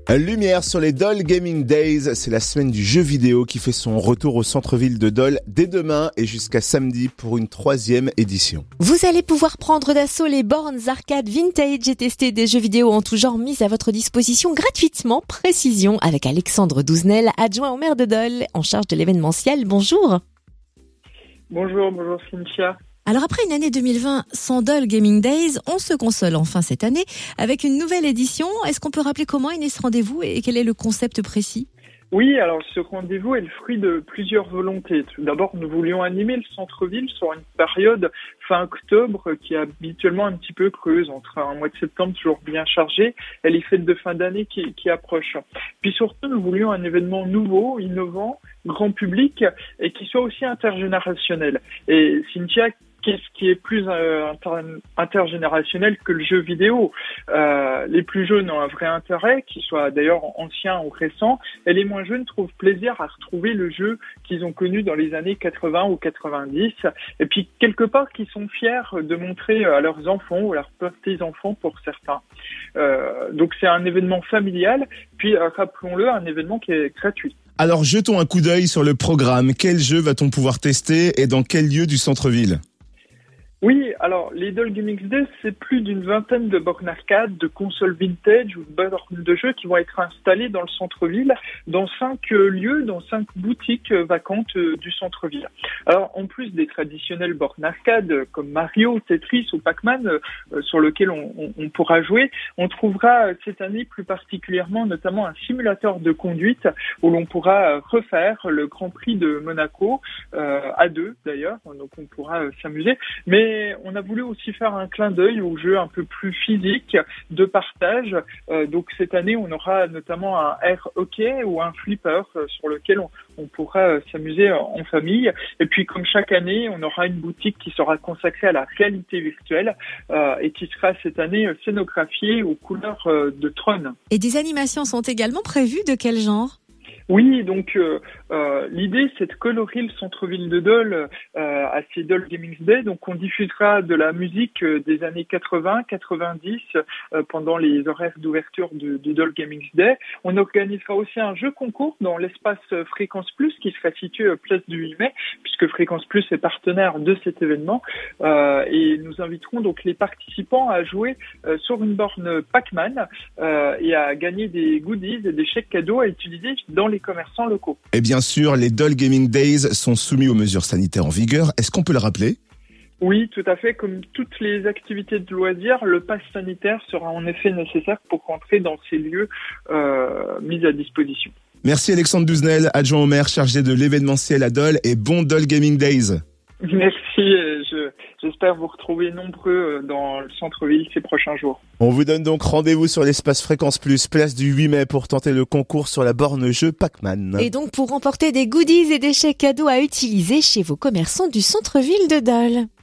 Lumière sur les Dole Gaming Days, c'est la semaine du jeu vidéo qui fait son retour au centre-ville de Dole dès demain et jusqu'à samedi pour une 3e édition. Vous allez pouvoir prendre d'assaut les bornes arcade vintage et tester des jeux vidéo en tout genre mis à votre disposition gratuitement. Précision avec Alexandre Douzenel, adjoint au maire de Dole, en charge de l'événementiel. Bonjour. Bonjour Cynthia. Alors après une année 2020 sans Dole Gaming Days, on se console enfin cette année avec une nouvelle édition. Est-ce qu'on peut rappeler comment est né ce rendez-vous et quel est le concept précis ? Oui, alors ce rendez-vous est le fruit de plusieurs volontés. Tout d'abord, nous voulions animer le centre-ville sur une période fin octobre qui est habituellement un petit peu creuse, entre un mois de septembre toujours bien chargé et les fêtes de fin d'année qui approchent. Puis surtout, nous voulions un événement nouveau, innovant, grand public et qui soit aussi intergénérationnel. Et Cynthia, qu'est-ce qui est plus intergénérationnel que le jeu vidéo ? Les plus jeunes ont un vrai intérêt, qu'ils soient d'ailleurs anciens ou récents, et les moins jeunes trouvent plaisir à retrouver le jeu qu'ils ont connu dans les années 80 ou 90, et puis quelque part qu'ils sont fiers de montrer à leurs enfants ou à leurs petits-enfants pour certains. Donc c'est un événement familial, puis rappelons-le, un événement qui est gratuit. Alors jetons un coup d'œil sur le programme. Quel jeu va-t-on pouvoir tester et dans quel lieu du centre-ville ? Oui, alors les Dole Gaming Days, c'est plus d'une vingtaine de bornes arcade, de consoles vintage ou de bornes de jeux qui vont être installées dans le centre-ville, dans 5 lieux, dans 5 boutiques vacantes du centre-ville. Alors en plus des traditionnelles bornes arcade comme Mario, Tetris ou Pac-Man, sur lesquelles on pourra jouer, on trouvera cette année plus particulièrement notamment un simulateur de conduite où l'on pourra refaire le Grand Prix de Monaco, à 2 d'ailleurs, donc on pourra s'amuser, mais on a voulu aussi faire un clin d'œil aux jeux un peu plus physiques, de partage. Donc cette année, on aura notamment un air hockey ou un flipper sur lequel on pourra s'amuser en famille. Et puis comme chaque année, on aura une boutique qui sera consacrée à la réalité virtuelle et qui sera cette année scénographiée aux couleurs de Tron. Et des animations sont également prévues, de quel genre ? Oui, donc l'idée c'est de colorer le centre-ville de Dole à ces Dole Gaming Days. Donc on diffusera de la musique des années 80, 90 pendant les horaires d'ouverture du Dole Gaming Day. On organisera aussi un jeu concours dans l'espace Fréquence Plus qui sera situé place du 8 mai, puisque Fréquence Plus est partenaire de cet événement. Et nous inviterons donc les participants à jouer sur une borne Pac-Man et à gagner des goodies et des chèques cadeaux à utiliser dans les commerçants locaux. Et bien sûr, les Dole Gaming Days sont soumis aux mesures sanitaires en vigueur. Est-ce qu'on peut le rappeler ? Oui, tout à fait. Comme toutes les activités de loisirs, le pass sanitaire sera en effet nécessaire pour rentrer dans ces lieux mis à disposition. Merci Alexandre Douzenel, adjoint au maire chargé de l'événementiel à Dole et bon Dole Gaming Days. Merci, j'espère vous retrouver nombreux dans le centre-ville ces prochains jours. On vous donne donc rendez-vous sur l'espace Fréquence Plus, place du 8 mai pour tenter le concours sur la borne jeu Pac-Man. Et donc pour remporter des goodies et des chèques cadeaux à utiliser chez vos commerçants du centre-ville de Dole.